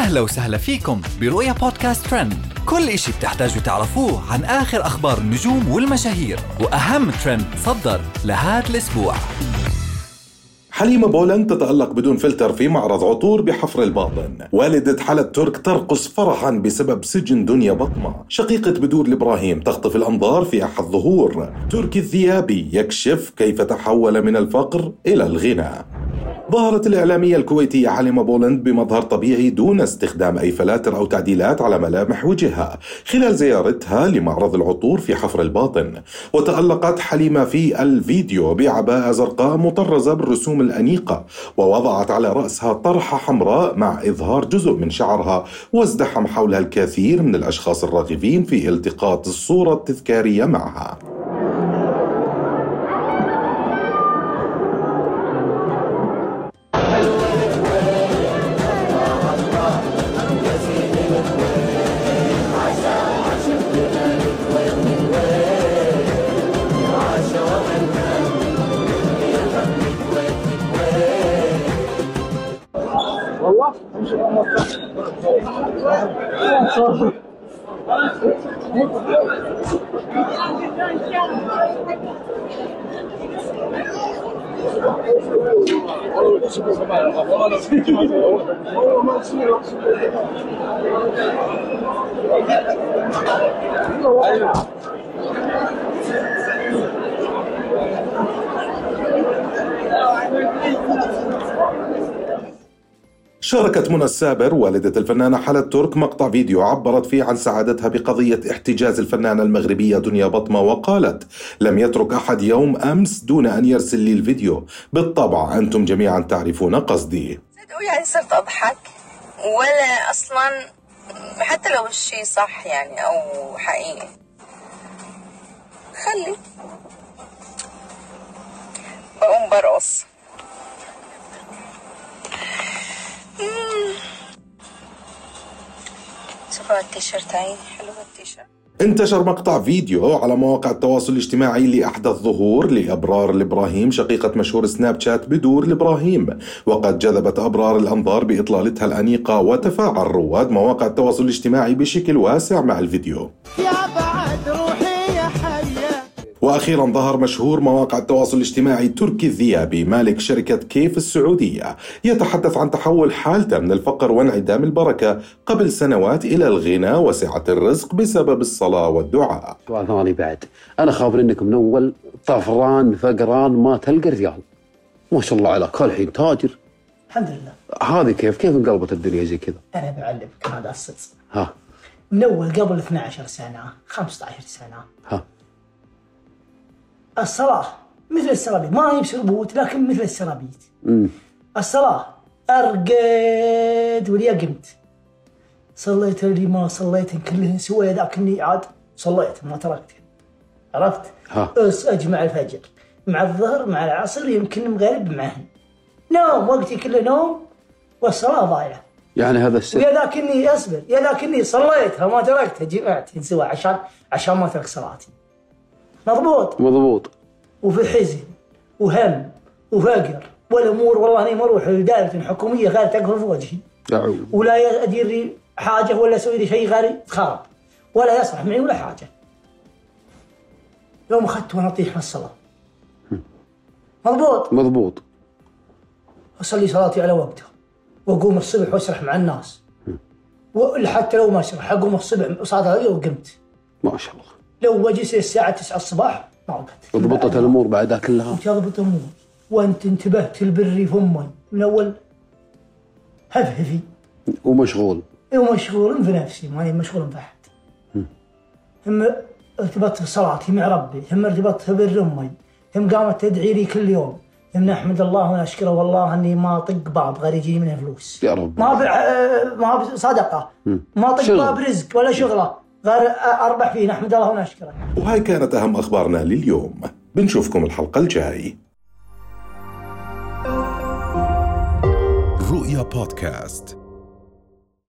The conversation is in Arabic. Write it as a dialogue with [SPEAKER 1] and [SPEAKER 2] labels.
[SPEAKER 1] أهلا وسهلا فيكم برؤيا بودكاست ترند. كل إشي بتحتاجوا تعرفوه عن آخر أخبار النجوم والمشاهير وأهم ترند صدر لهذا الأسبوع.
[SPEAKER 2] حليمة بولند تتألق بدون فلتر في معرض عطور بحفر الباطن. والدة حلا ترك ترقص فرحا بسبب سجن دنيا بطمة. شقيقة بدور الإبراهيم تخطف الأنظار في أحد الظهور. تركي الذيابي يكشف كيف تحول من الفقر إلى الغنى. ظهرت الإعلامية الكويتية حليمة بولند بمظهر طبيعي دون استخدام أي فلاتر أو تعديلات على ملامح وجهها خلال زيارتها لمعرض العطور في حفر الباطن. وتألقت حليمة في الفيديو بعباءة زرقاء مطرزة بالرسوم الأنيقة، ووضعت على رأسها طرحة حمراء مع إظهار جزء من شعرها، وازدحم حولها الكثير من الأشخاص الراغبين في التقاط الصورة التذكارية معها. شاركت منى السابر والدة الفنانة حلا ترك مقطع فيديو عبرت فيه عن سعادتها بقضية احتجاز الفنانة المغربية دنيا بطمة، وقالت: لم يترك أحد يوم أمس دون أن يرسل لي الفيديو. بالطبع أنتم جميعا تعرفون قصدي.
[SPEAKER 3] يعني صرت أضحك ولا أصلا حتى لو الشيء صح يعني أو حقيقي خلي بقوم برقص. شوفوا التيشيرت هاي حلوة التيشيرت.
[SPEAKER 2] انتشر مقطع فيديو على مواقع التواصل الاجتماعي لأحدث ظهور لأبرار الإبراهيم شقيقة مشهور سناب شات بدور الإبراهيم، وقد جذبت أبرار الأنظار بإطلالتها الأنيقة، وتفاعل رواد مواقع التواصل الاجتماعي بشكل واسع مع الفيديو. وأخيرا ظهر مشهور مواقع التواصل الاجتماعي تركي الذيابي مالك شركة كيف السعودية يتحدث عن تحول حالته من الفقر وانعدام البركة قبل سنوات إلى الغنى وسعة الرزق بسبب الصلاة والدعاء.
[SPEAKER 4] سؤال ثاني بعد، أنا خابر إنك من أول طفران فقران ما تلقى ريال، ما شاء الله عليك الحين تاجر.
[SPEAKER 5] الحمد لله.
[SPEAKER 4] هذه كيف انقلبت الدنيا زي كذا؟
[SPEAKER 5] أنا بعلمك هذا الصدق.
[SPEAKER 4] ها.
[SPEAKER 5] من أول قبل 12 سنة 15 سنة.
[SPEAKER 4] ها.
[SPEAKER 5] الصلاة مثل السرابيت، ما هي بسربوت لكن مثل السرابيت. الصلاة أرقد وليا قمت صليت اللي ما صليت كلهن سوى لكني عاد صليت ما تركت. عرفت؟ أجمع الفجر مع الظهر مع العصر يمكن مغرب معهن، نوم وقتي كله نوم والصلاة ضايعة.
[SPEAKER 4] يعني هذا السر.
[SPEAKER 5] ويا لكني أصبر، يا لكني صليتها ما تركتها، جمعت سوى عشان ما ترك صلاتي. مضبوط. وفي حزن وهم وفقر والأمور، والله أنا مروح لدائرة حكومية غير تقفل في وجهي، ولا أدير لي حاجة ولا أسوي لي شيء غير تخرب ولا يصلح معي ولا حاجة. يوم أخذت وأنا أطيح من الصلاة.
[SPEAKER 4] مضبوط.
[SPEAKER 5] أصلي صلاتي على وقتها وأقوم الصبح وأسرح مع الناس، حتى لو ما أسرح أقوم الصبح صلاة وقمت
[SPEAKER 4] ما شاء الله.
[SPEAKER 5] لو وجلس الساعة 9 الصباح ما وقت.
[SPEAKER 4] ضبطت الأمور بعد كلها.
[SPEAKER 5] وتضبط الأمور وأنت انتبهت البري في أمي من أول هفهفي
[SPEAKER 4] ومشغول
[SPEAKER 5] في نفسي، ماني مشغول بأحد. ثم ارتبطت في صلاتي مع ربي، ثم ارتبطت بر أمي، ثم قامت تدعي لي كل يوم، ثم نحمد الله ونشكره والله أني ما طق باب غير يجيني منها فلوس
[SPEAKER 4] يا رب،
[SPEAKER 5] ما صدقة، ما طق باب رزق ولا شغلة غير أربح فيه، نحمد الله ونشكره.
[SPEAKER 2] وهاي كانت أهم أخبارنا لليوم، بنشوفكم الحلقة الجاي.
[SPEAKER 6] رؤيا بودكاست.